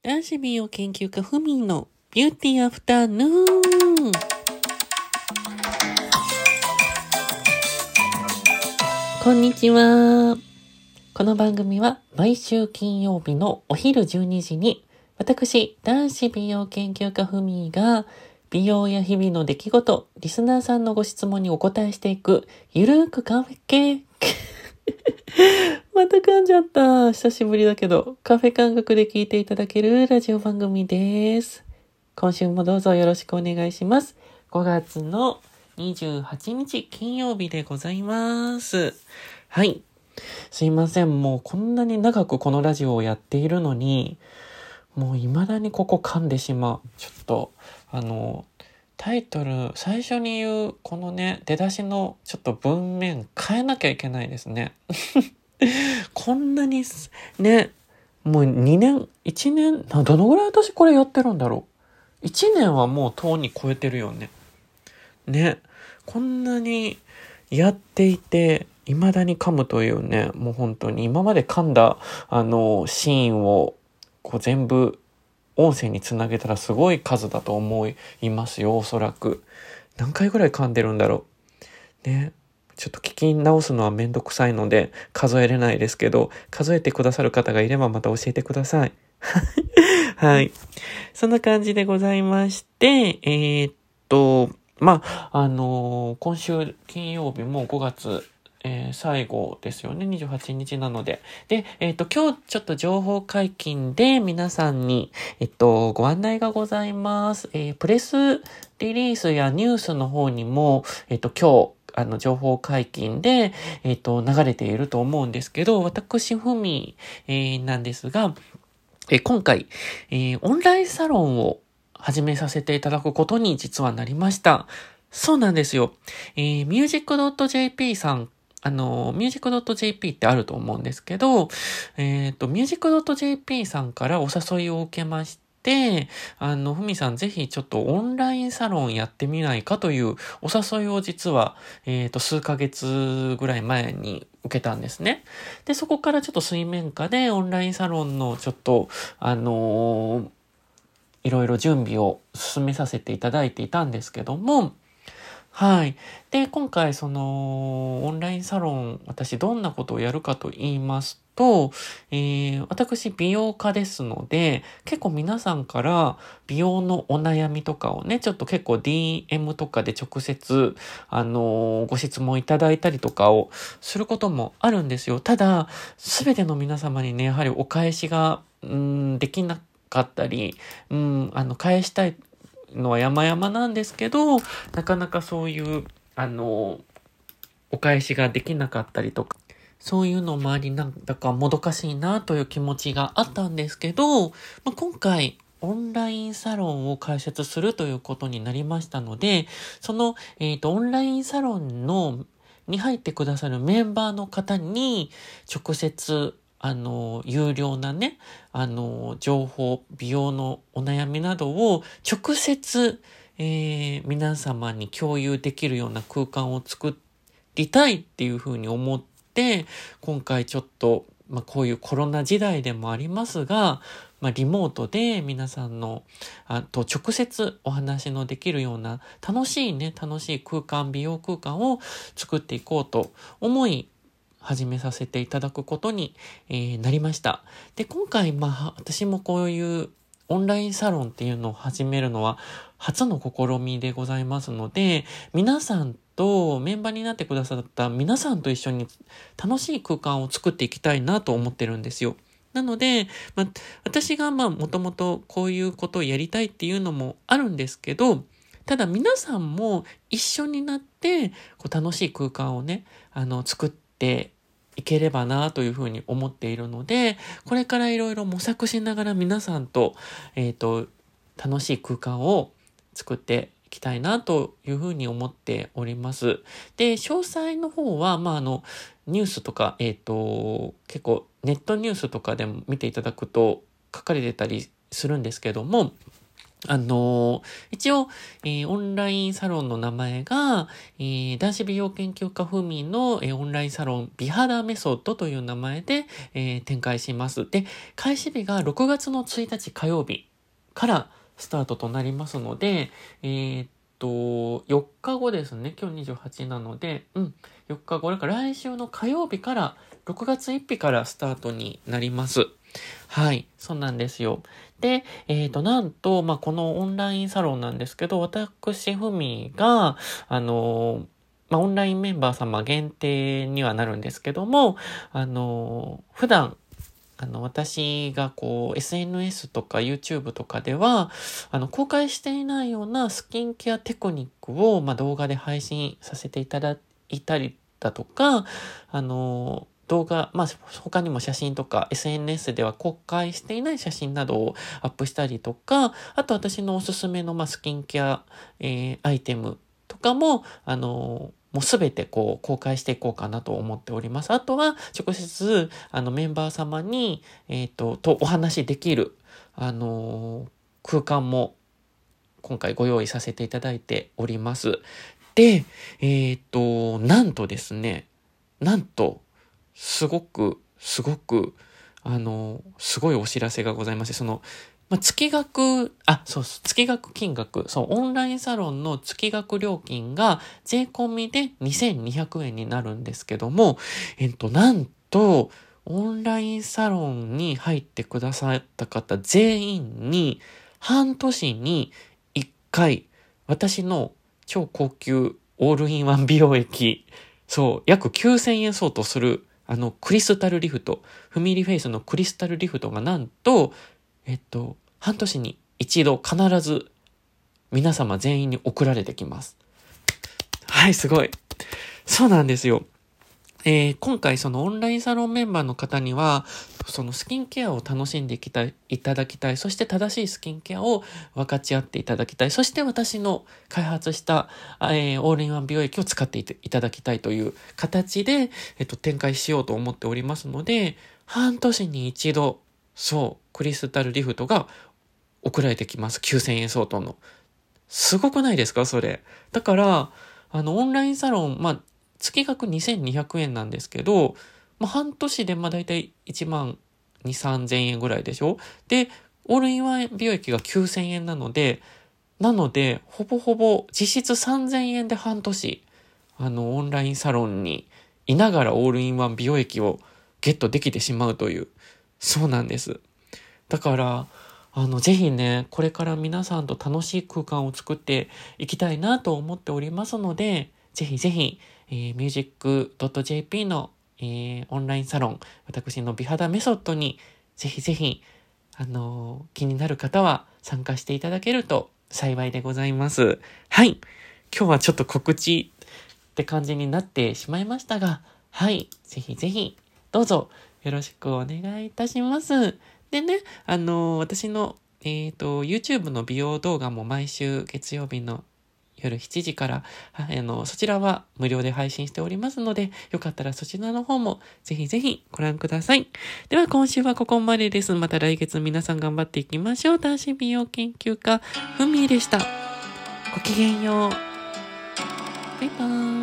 男子美容研究家ふみのビューティーアフタヌーン。こんにちは。この番組は毎週金曜日のお昼12時に私、男子美容研究家ふみが美容や日々の出来事、リスナーさんのご質問にお答えしていくゆるーくカフェ系また噛んじゃった。久しぶりだけど、カフェ感覚で聞いていただけるラジオ番組です。今週もどうぞよろしくお願いします。5月の28日金曜日でございます。はい。すいません。もうこんなに長くこのラジオをやっているのに、もう未だにここ噛んでしまう。ちょっと、タイトル、最初に言う、このね、出だしのちょっと文面変えなきゃいけないですね。こんなに、ね、もう2年、1年、どのぐらい私これやってるんだろう。1年はもうとうに超えてるよね。ね、こんなにやっていて、未だに噛むというね、もう本当に今まで噛んだ、シーンを、こう全部、音声につなげたらすごい数だと思いますよ、おそらく。何回ぐらい噛んでるんだろう。ね。ちょっと聞き直すのはめんどくさいので数えれないですけど、数えてくださる方がいればまた教えてください。はい。そんな感じでございまして、今週金曜日も5月、最後ですよね。28日なので。で、今日ちょっと情報解禁で皆さんに、ご案内がございます。プレスリリースやニュースの方にも、今日、情報解禁で、流れていると思うんですけど、私、ふみ、なんですが、今回、オンラインサロンを始めさせていただくことに実はなりました。そうなんですよ。music.jp さん、music.jp ってあると思うんですけど、music.jp さんからお誘いを受けまして、ふみさんぜひちょっとオンラインサロンやってみないかというお誘いを実は、数ヶ月ぐらい前に受けたんですね。で、そこからちょっと水面下でオンラインサロンのちょっと、いろいろ準備を進めさせていただいていたんですけども、はい。で、今回オンラインサロン、私どんなことをやるかと言いますと、私美容家ですので、結構皆さんから美容のお悩みとかをね、ちょっと結構 DM とかで直接、ご質問いただいたりとかをすることもあるんですよ。ただ、すべての皆様にね、やはりお返しが、できなかったり、返したいのは山々なんですけど、なかなかそういう、お返しができなかったりとか、そういうのもあり、なんだかもどかしいなという気持ちがあったんですけど、今回、オンラインサロンを開設するということになりましたので、その、オンラインサロンに入ってくださるメンバーの方に、直接、有料なね、情報、美容のお悩みなどを直接、皆様に共有できるような空間を作りたいっていうふうに思って、今回ちょっと、こういうコロナ時代でもありますが、リモートで皆さんの、と直接お話のできるような楽しい空間、美容空間を作っていこうと思い、始めさせていただくことに、なりました。で、今回、私もこういうオンラインサロンっていうのを始めるのは初の試みでございますので、皆さんとメンバーになってくださった皆さんと一緒に楽しい空間を作っていきたいなと思ってるんですよ。なので、私がもともとこういうことをやりたいっていうのもあるんですけど、ただ皆さんも一緒になってこう楽しい空間をね、作っていければなというふうに思っているので、これからいろいろ模索しながら皆さんと、楽しい空間を作っていきたいなというふうに思っております。で、詳細の方は、ニュースとか、結構ネットニュースとかでも見ていただくと書かれてたりするんですけども、 一応、オンラインサロンの名前が、男子美容研究家ふみの、オンラインサロン美肌メソッドという名前で、展開します。で、開始日が6月の1日火曜日からスタートとなりますので、4日後ですね。今日28なので、4日後、だから来週の火曜日から、6月1日からスタートになります。はい、そうなんですよ。で、なんと、このオンラインサロンなんですけど、私、ふみが、オンラインメンバー様限定にはなるんですけども、普段、私がSNS とか YouTube とかでは、公開していないようなスキンケアテクニックを、動画で配信させていただいたりだとか、動画、他にも写真とか SNS では公開していない写真などをアップしたりとか、あと私のおすすめのスキンケア、アイテムとかも、もうすべて公開していこうかなと思っております。あとは直接メンバー様に、とお話できる、空間も今回ご用意させていただいております。で、なんとですね、すごく、すごいお知らせがございまして、月額金額、オンラインサロンの月額料金が税込みで2200円になるんですけども、なんと、オンラインサロンに入ってくださった方全員に、半年に1回、私の超高級オールインワン美容液、約9000円相当する、クリスタルリフト、フミリフェイスのクリスタルリフトがなんと、半年に一度必ず皆様全員に送られてきます。はい、すごい。そうなんですよ。今回そのオンラインサロンメンバーの方には、そのスキンケアを楽しんでいただきたい。そして正しいスキンケアを分かち合っていただきたい。そして私の開発した、オールインワン美容液を使っていただきたいという形で、展開しようと思っておりますので、半年に一度、クリスタルリフトが送られてきます。9000円相当の。すごくないですかそれ。だから、オンラインサロン、月額2200円なんですけど、半年でだいたい1万2、3000円ぐらいでしょ。で、オールインワン美容液が9000円なので、ほぼほぼ実質3000円で半年、オンラインサロンにいながらオールインワン美容液をゲットできてしまうという、そうなんです。だから、ぜひね、これから皆さんと楽しい空間を作っていきたいなと思っておりますので、ぜひぜひ、music.jp の、オンラインサロン、私の美肌メソッドに、ぜひぜひ、気になる方は参加していただけると幸いでございます。はい。今日はちょっと告知って感じになってしまいましたが、はい。ぜひぜひ、どうぞよろしくお願いいたします。でね、私の、YouTube の美容動画も毎週月曜日の夜7時から、そちらは無料で配信しておりますので、よかったらそちらの方もぜひぜひご覧ください。では今週はここまでです。また来月皆さん頑張っていきましょう。男子美容研究家、ふみでした。ごきげんよう。バイバーイ。